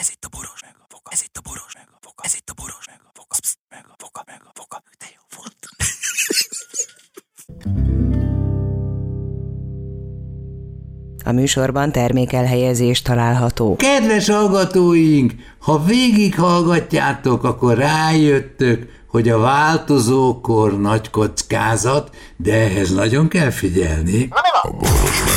Ez itt a boros, meg a foka. Ez itt a boros, meg a foka. Ez itt a boros, meg a foka. Psz, meg a foka, meg a foka. De jó volt. A műsorban termékelhelyezés található. Kedves hallgatóink, ha végighallgatjátok, akkor rájöttök, hogy a változókor nagy kockázat, de ehhez nagyon kell figyelni. Na mi van?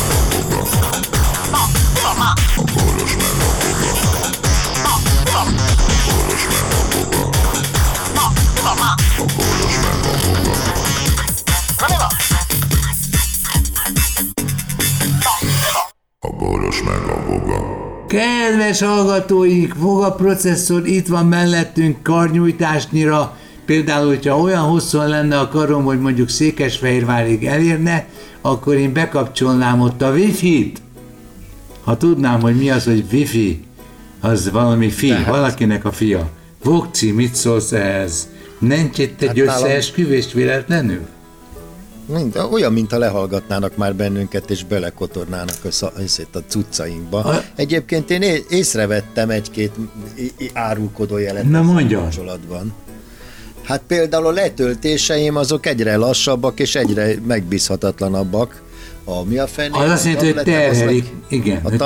Kedves hallgatóink, Voga processzor itt van mellettünk karnyújtásnyira. Például, hogyha olyan hosszan lenne a karom, hogy mondjuk Székesfehérvárig elérne, akkor én bekapcsolnám ott a wifi-t. Ha tudnám, hogy mi az, hogy wifi, az valami valakinek a fia. Vokci, mit szólsz ehhez? Nincs itt egy összeesküvést véletlenül? Olyan, mintha lehallgatnának már bennünket, és belekotornának a cuccainkba. Egyébként én észrevettem egy-két árulkodó jelet kapcsolatban. Hát például a letöltéseim azok egyre lassabbak, és egyre megbízhatatlanabbak. Mi a fené? Az azt jelenti, hogy terhelik. Igen, a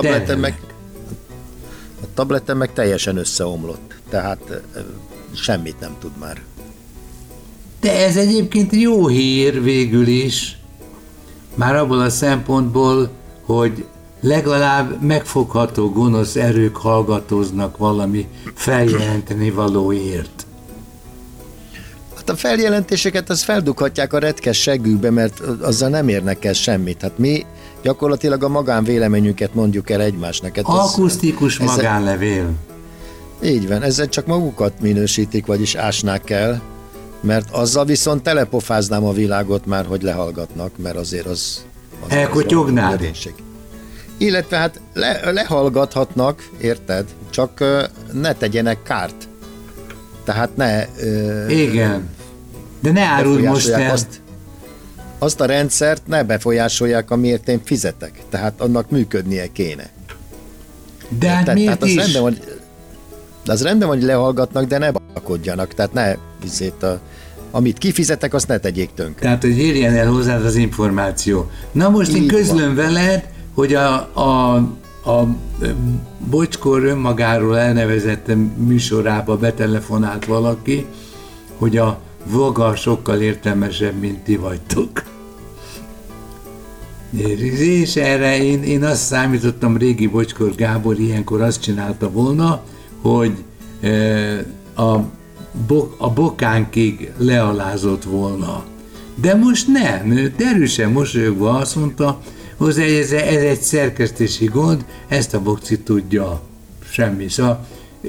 tabletem meg teljesen összeomlott. Tehát semmit nem tud már. De ez egyébként jó hír végül is, már abból a szempontból, hogy legalább megfogható gonosz erők hallgatóznak valami feljelenteni valóért. Hát a feljelentéseket az feldughatják a retkes seggükbe, mert azzal nem érnek el semmit. Hát mi gyakorlatilag a magánvéleményünket mondjuk el egymásnak. Hát akusztikus magánlevél. Így van, ezzel csak magukat minősítik, vagyis ásnák el, mert azzal viszont telepofáznám a világot már, hogy lehallgatnak, mert azért az elkotyognád. Illetve hát lehallgathatnak, érted? Csak ne tegyenek kárt. Tehát ne... Igen. De ne árulj most el. Azt a rendszert ne befolyásolják, amiért én fizetek. Tehát annak működnie kéne. De hát miért tehát is? Az rendben van, hogy lehallgatnak, de ne bakodjanak. Tehát ne amit kifizetek, azt ne tegyék tönkre. Tehát, hogy érjen el hozzád az információ. Na most én közlöm veled, hogy a Bocskor önmagáról elnevezett műsorába betelefonált valaki, hogy a Voga sokkal értelmesebb, mint ti vagytok. És erre én azt számítottam, régi Bocskor Gábor ilyenkor azt csinálta volna, hogy a bokánkig lealázott volna. De most nem, ő derűsen mosolyogva azt mondta, hogy ez egy szerkesztési gond, ezt a Bokci tudja. Semmi. Szóval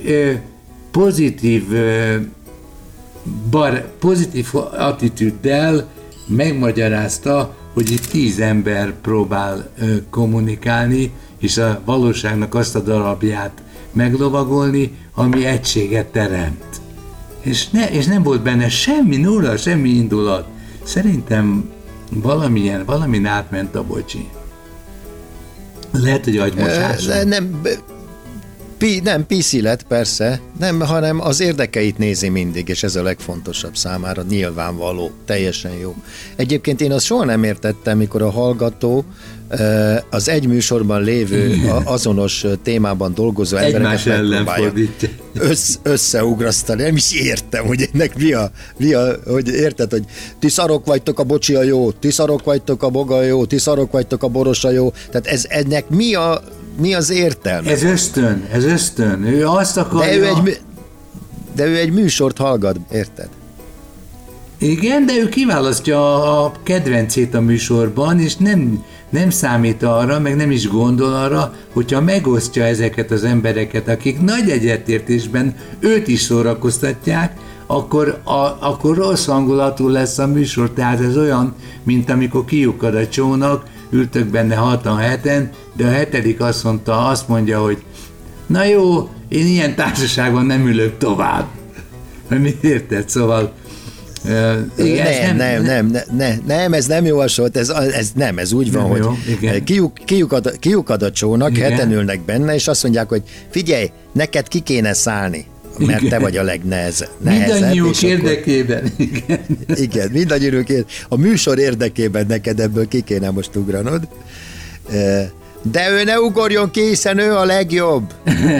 pozitív attitűddel megmagyarázta, hogy itt 10 ember próbál kommunikálni, és a valóságnak azt a darabját meglovagolni, ami egységet teremt. És nem volt benne semmi nulla, semmi indulat. Szerintem valamin átment a Bocsi. Lehet, hogy agymosáson. Nem PC lett, persze, nem, hanem az érdekeit nézi mindig, és ez a legfontosabb számára, nyilvánvaló, teljesen jó. Egyébként én azt soha nem értettem, mikor a hallgató az egy műsorban lévő, azonos témában dolgozó embereket megpróbálja összeugrasztani. Nem is értem, hogy ennek hogy érted, hogy ti szarok vagytok, a Bocsi a jó, ti szarok vagytok, a Boga jó, ti szarok vagytok, a Boros a jó. Tehát ennek mi az értelme? Ez ösztön. Ő azt akarja... De ő egy műsort hallgat, érted? Igen, de ő kiválasztja a kedvencét a műsorban, és nem számít arra, meg nem is gondol arra, hogyha megosztja ezeket az embereket, akik nagy egyetértésben őt is szórakoztatják, akkor rossz hangulatú lesz a műsor. Tehát ez olyan, mint amikor kiukad a csónak, ültök benne 6-7-en, de a 7. azt mondja, hogy na jó, én ilyen társaságban nem ülök tovább. Mit érted? Szóval Nem, ez nem jó hasonlat, ez úgy van, hogy kiukad a csónak, heten ülnek benne, és azt mondják, hogy figyelj, neked ki kéne szállni, mert te vagy a legnehezebb. Mindannyiuk érdekében. Igen, mindannyiuk érdekében. A műsor érdekében neked ebből ki kéne most ugranod. De ő ne ugorjon ki, hiszen ő a legjobb.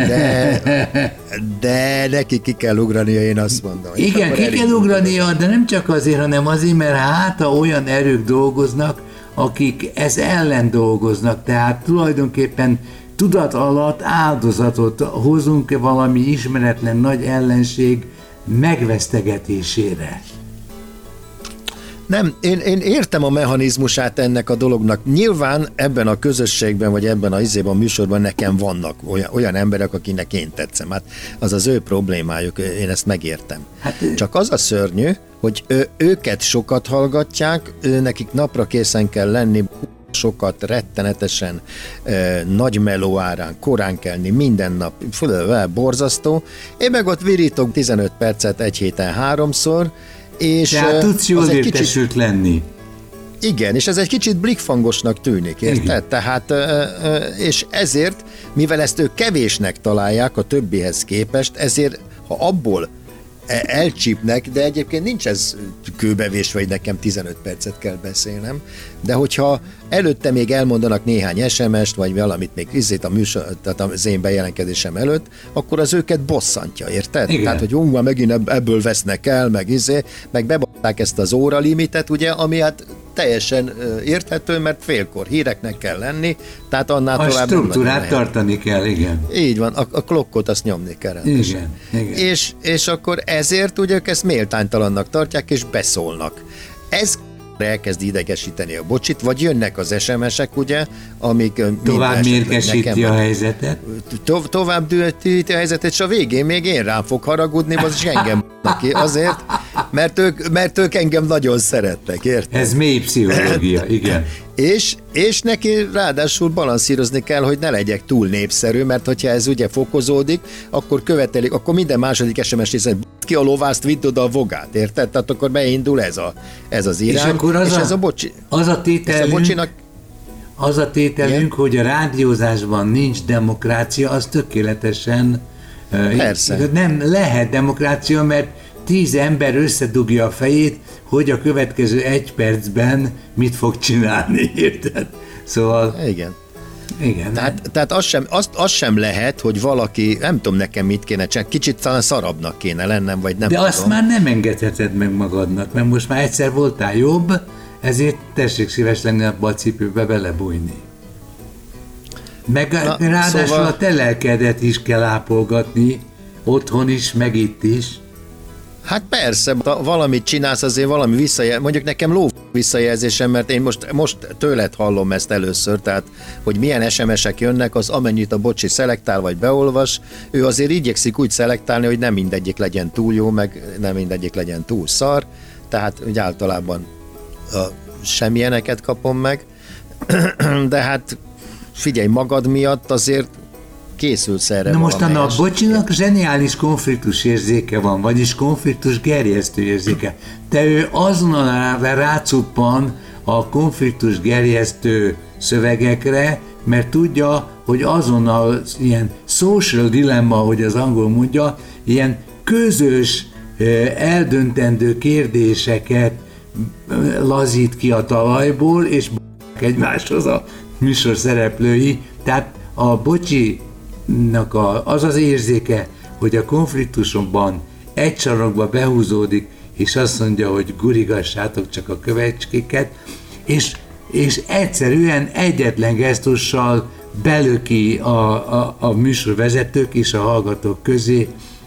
De neki ki kell ugrania, én azt mondom. Igen, ki kell ugrania, de nem csak azért, hanem azért, mert olyan erők dolgoznak, akik ez ellen dolgoznak. Tehát tulajdonképpen tudat alatt áldozatot hozunk valami ismeretlen nagy ellenség megvesztegetésére. Nem, én értem a mechanizmusát ennek a dolognak. Nyilván ebben a közösségben, vagy ebben a műsorban nekem vannak olyan emberek, akinek én tetszem. Hát az az ő problémájuk, én ezt megértem. Csak az a szörnyű, hogy őket sokat hallgatják, nekik napra készen kell lenni, sokat, rettenetesen, nagy meló árán, korán kelni, minden nap, borzasztó. Én meg ott virítok 15 percet egy héten 3-szor, és tehát tudsz jól értesült lenni. Igen, és ez egy kicsit blikfangosnak tűnik, érted? Igen. Tehát, és ezért, mivel ezt ők kevésnek találják a többihez képest, ezért, ha abból elcsípnek, de egyébként nincs ez kőbevésve, hogy nekem 15 percet kell beszélnem, de hogyha előtte még elmondanak néhány SMS-t, vagy valamit még a műsor, tehát az én bejelentkezésem előtt, akkor az őket bosszantja, érted? Igen. Tehát, hogy már megint ebből vesznek el, meg bebadták ezt az óralimitet, ugye, ami hát teljesen érthető, mert félkor híreknek kell lenni, tehát annál a tovább struktúrát tartani kell, igen. Így van, a klokkot azt nyomni kell. Igen. És akkor ezért ugye ők ezt méltánytalannak tartják, és beszólnak. Ez elkezd idegesíteni a bocsit, vagy jönnek az SMS-ek, ugye, amik tovább mérgesíti a helyzetet. Tovább dühíti a helyzetet, és a végén még én rám fog haragudni, és engem ki azért, mert ők engem nagyon szeretnek, érted? Ez mély pszichológia, igen. És neki ráadásul balanszírozni kell, hogy ne legyek túl népszerű, mert hogyha ez ugye fokozódik, akkor követelik, akkor minden második SMS hiszen ki a lovászt, vidd oda a vogát, érted? Tehát akkor beindul ez az irány. És akkor az a tételünk, hogy a rádiózásban nincs demokrácia, az tökéletesen nem lehet demokrácia, mert 10 ember összedugja a fejét, hogy a következő 1 percben mit fog csinálni, érted? Szóval... Igen. Tehát az sem lehet, hogy valaki, nem tudom nekem mit kéne csinálni, kicsit talán szarabbnak kéne lennem, vagy nem de tudom. Azt már nem engedheted meg magadnak, mert most már egyszer voltál jobb, ezért tessék szíves lenni abba a cipőbe belebújni. Meg ráadásul szóval... a te lelkedet is kell ápolgatni, otthon is, meg itt is. Hát persze, ha valamit csinálsz, azért valami visszajelzés, mondjuk nekem visszajelzésem, mert én most tőled hallom ezt először, tehát, hogy milyen SMS-ek jönnek, az amennyit a bocsi szelektál vagy beolvas, ő azért igyekszik úgy szelektálni, hogy nem mindegyik legyen túl jó, meg nem mindegyik legyen túl szar, tehát úgy általában semmilyeneket kapom meg, de hát figyelj, magad miatt azért készülsz erre. Na most a bocsinak zseniális konfliktus érzéke van, vagyis konfliktus gerjesztő érzéke. Te ő azonnal rácuppan a konfliktus gerjesztő szövegekre, mert tudja, hogy azonnal ilyen social dilemma, hogy az angol mondja, ilyen közös, eldöntendő kérdéseket lazít ki a talajból, és egymáshoz a műsor szereplői. Tehát a bocsinak az az hogy a konfliktusokban egy sarokba behúzódik, és azt mondja, hogy gurigassátok csak a kövecskéket, és egyszerűen egyetlen gesztussal belöki a műsorvezetők és a hallgatók közé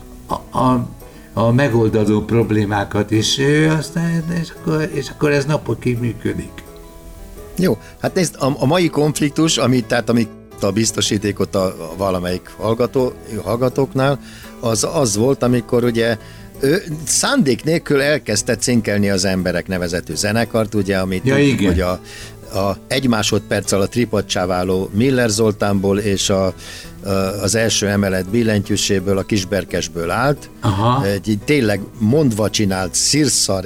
a megoldandó problémákat, és akkor ez napokig működik. Jó, hát nézd, a mai konfliktus, ami a biztosítékot a valamelyik hallgatóknál, az volt, amikor ugye ő szándék nélkül elkezdte cinkelni az Emberek nevezetű zenekart, ugye, amit tudjuk, hogy a 1 másodperc alatt ripadsá váló Miller Zoltánból és az első emelet billentyűséből, a Kisberkesből állt. Egy tényleg mondva csinált szirszar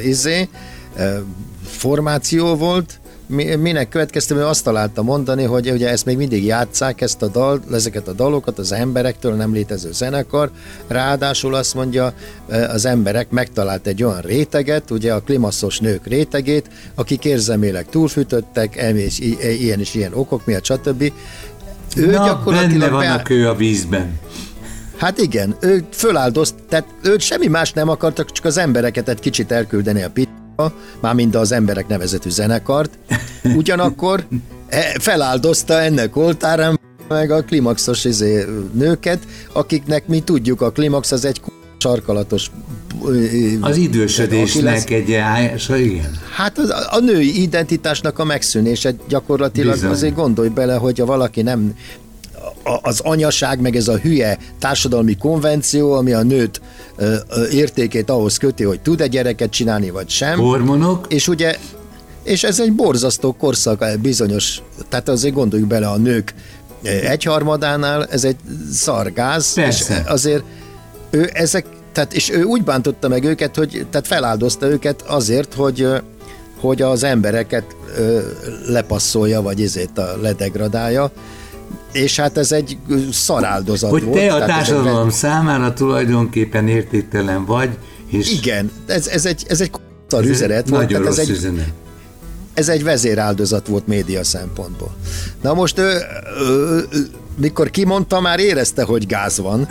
formáció volt, minek következtében azt találta mondani, hogy ugye ezt még mindig játsszák, ezeket a dalokat az emberektől, nem létező zenekar, ráadásul azt mondja, az emberek megtalált egy olyan réteget, ugye a klimaszos nők rétegét, akik érzelmileg túlfűtöttek, ilyen és ilyen okok miatt, stb. Benne van a kő a vízben. Hát igen, ő tehát ő semmi más nem akartak, csak az embereket egy kicsit elküldeni a mármint az emberek nevezetű zenekart, ugyanakkor feláldozta ennek oltárán meg a klimaxos nőket, akiknek mi tudjuk, a klimax az egy sarkalatos... Az idősödésnek igen. Hát a női identitásnak a megszűnése gyakorlatilag. Bizony. Azért gondolj bele, hogyha valaki nem... Az anyaság, meg ez a hülye társadalmi konvenció, ami a nőt értékét ahhoz köti, hogy tud-e gyereket csinálni, vagy sem. Hormonok. És ez egy borzasztó korszak bizonyos, tehát azért gondoljuk bele, a nők 1/3-ánál ez egy szargáz. Persze. És azért és ő úgy bántotta meg őket, hogy tehát feláldozta őket azért, hogy az embereket lepasszolja, vagy ledegradálja. És hát ez egy szaráldozat volt. Hogy te a társadalom számára tulajdonképpen értéktelen vagy, és... Igen, ez egy szar üzenet volt. Nagyon rossz üzenet. Ez egy vezéráldozat volt média szempontból. Na most mikor kimondta, már érezte, hogy gáz van.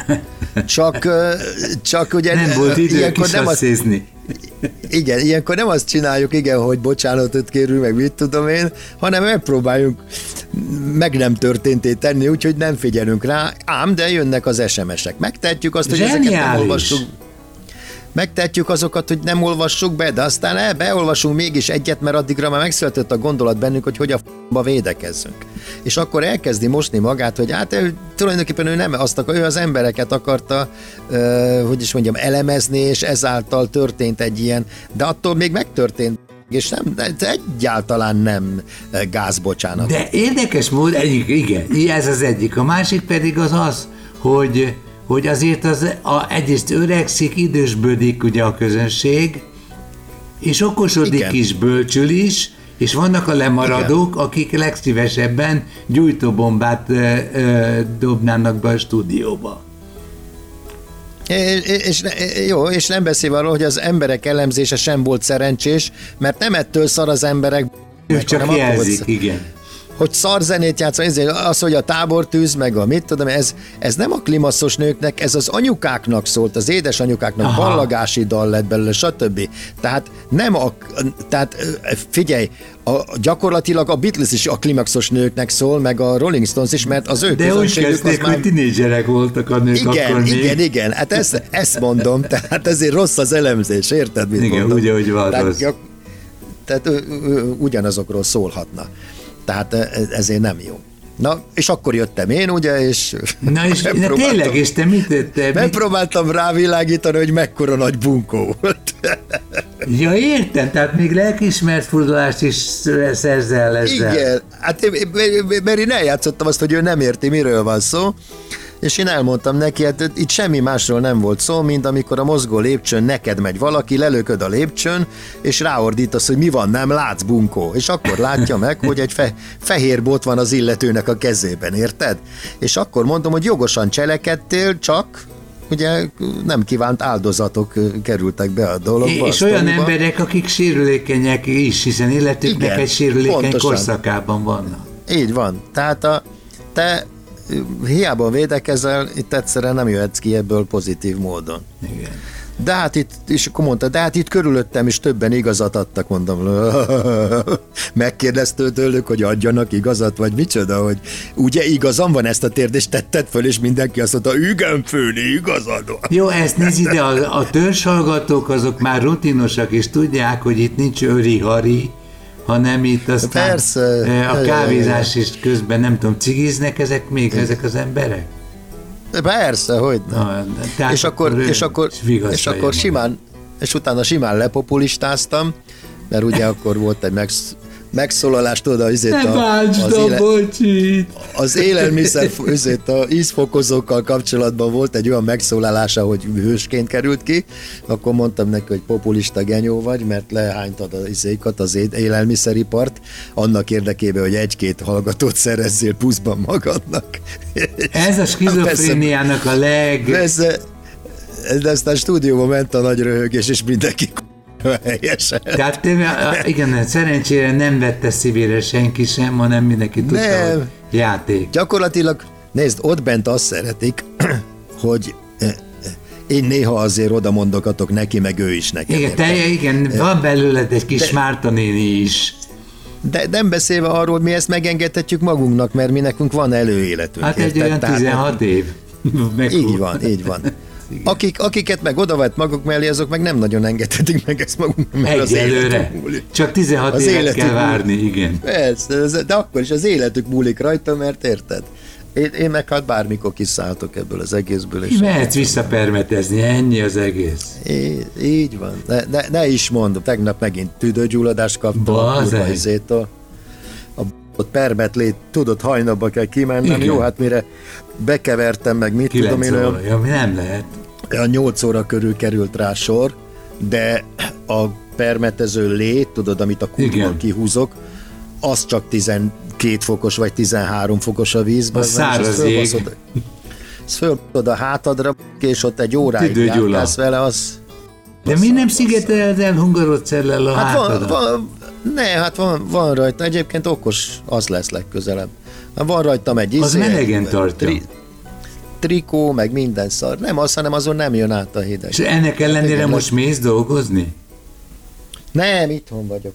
Csak ugye... Nem volt idő kisasszézni. Igen, ilyenkor nem azt csináljuk, hogy bocsánatot kérünk, meg mit tudom én, hanem megpróbáljunk meg nem történtét tenni, úgyhogy nem figyelünk rá, ám de jönnek az SMS-ek. Megtehetjük azt, hogy ezeket nem olvassuk. Megtehetjük azokat, hogy nem olvassuk be, de aztán beolvasunk mégis egyet, mert addigra már megszületett a gondolat bennünk, hogy a f***ba védekezzünk. És akkor elkezdi mosni magát, hogy tulajdonképpen ő nem azt ő az embereket akarta, elemezni, és ezáltal történt egy ilyen, de attól még megtörtént, és egyáltalán nem gázbocsánat. De érdekes mód, igen, ez az egyik. A másik pedig az, hogy azért egyrészt öregszik, idősbödik ugye a közönség, és okosodik igen. is, bölcsül is, és vannak a lemaradók, igen. akik legszívesebben gyújtóbombát dobnának be a stúdióba. És nem beszélve arról, hogy az emberek elemzése sem volt szerencsés, mert nem ettől szar az emberek, csak jelzik, igen. Hogy szarzenét játszani, az, hogy a tábortűz, meg a mit tudom, ez nem a klimaszos nőknek, ez az anyukáknak szólt, az édesanyukáknak, ballagási dal lett belőle, stb. Tehát figyelj, gyakorlatilag a Beatles is a klimaxos nőknek szól, meg a Rolling Stones is, mert az ő de úgy kezdték, hogy tinédzserek voltak a nők akkor még. Igen, hát ezt mondom, tehát ezért rossz az elemzés, érted, mit igen, mondom? Igen, úgy, ahogy van rossz. Tehát ugyanazokról szólhatna. Tehát ezért nem jó. Na, és akkor jöttem én, ugye, és... Na, és tényleg, és te mit tettél? Megpróbáltam rávilágítani, hogy mekkora nagy bunkó volt. Ja, értem, tehát még lelkiismert fordulást is szerzel ezzel. Igen, hát mert én eljátszottam azt, hogy ő nem érti, miről van szó, és én elmondtam neki, hát itt semmi másról nem volt szó, mint amikor a mozgó lépcsőn neked megy valaki, lelököd a lépcsőn, és ráordítasz, hogy mi van, nem látsz, bunkó. És akkor látja meg, hogy egy fehér bot van az illetőnek a kezében, érted? És akkor mondom, hogy jogosan cselekedtél, csak ugye nem kívánt áldozatok kerültek be a dologba. És olyan emberek, akik sérülékenyek is, hiszen életüknek egy sérülékeny pontosan. Korszakában vannak. Így van. Tehát te hiába védekezel, itt egyszerűen nem jöhetsz ki ebből pozitív módon. Igen. De hát itt, és akkor mondta, de hát itt körülöttem is többen igazat adtak, mondom. Megkérdeztől tőlük, hogy adjanak igazat, vagy micsoda, hogy ugye igazam van, ezt a térdést tetted föl, és mindenki azt mondta, igen, főni, igazad van. Jó, ezt nézd ide, a törzshallgatók azok már rutinosak, és tudják, hogy itt nincs öri-hari, hanem itt aztán persze, a kávézás is közben, nem tudom, cigiznek ezek az emberek? Persze, hogy nem. És akkor simán, és utána simán lepopulistáztam, mert ugye akkor volt egy megszólalást oda, az élelmiszer, a ízfokozókkal kapcsolatban volt egy olyan megszólalása, hogy hősként került ki, akkor mondtam neki, hogy populista genyó vagy, mert lehánytad az élelmiszeripart, annak érdekében, hogy egy-két hallgatót szerezzél pluszban magadnak. Ez a skizofréniának a Persze, de aztán stúdióban ment a nagy röhögés, és mindenki helyesen. Tehát igen, szerencsére nem vette szívére senki sem, hanem mindenki tudta, hogy játék. Gyakorlatilag, nézd, ott bent azt szeretik, hogy én néha azért oda mondogatok neki, meg ő is nekem. Igen, van belőled egy kis Márta néni is. De nem beszélve arról, hogy mi ezt megengedhetjük magunknak, mert mi nekünk van előéletünk. Hát egy olyan 16 év. Így van. Akiket meg odavett maguk mellé, azok meg nem nagyon engedhetik meg ezt magunknak, mert az életük múlik. Csak 16 évet kell várni, igen. Persze, de akkor is az életük múlik rajta, mert érted? Én meg hát bármikor kiszálltok ebből az egészből. Mehetsz visszapermetezni, ennyi az egész. Így van. Ne is mondom, tegnap megint tüdőgyulladást kaptam a kurva ott permetlét, tudod, hajnalba kell kimennem, igen. Jó, hát mire bekevertem meg, mit tudom én, olyan, nem lehet. A 8 óra körül került rá sor, de a permetező lét, tudod, amit a kútból kihúzok, az csak 12 fokos vagy 13 fokos a vízben. A száraz jég. Ez fölbaszod a hátadra, és ott egy óráig járkálsz vele, az... De mi nem szigeteled el hungarocellel a hátadra? Hát van rajta, egyébként okos, az lesz legközelebb. Van rajtam egy az melegen tartja. Trikó, meg minden szar. Nem az, hanem azon nem jön át a hideg. És ennek ellenére most mész dolgozni? Nem, itthon vagyok.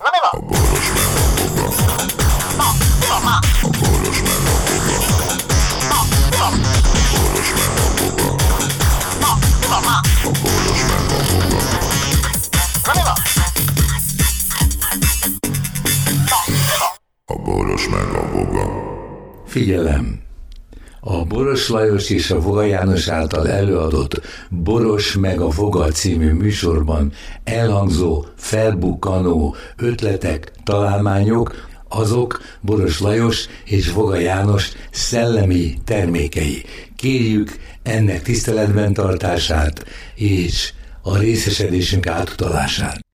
A Boros meg a Boga. Figyelem! A Boros Lajos és a Voga János által előadott Boros meg a Voga című műsorban elhangzó, felbukkanó ötletek, találmányok, azok Boros Lajos és Voga János szellemi termékei. Kérjük ennek tiszteletben tartását és a részesedésünk átutalását.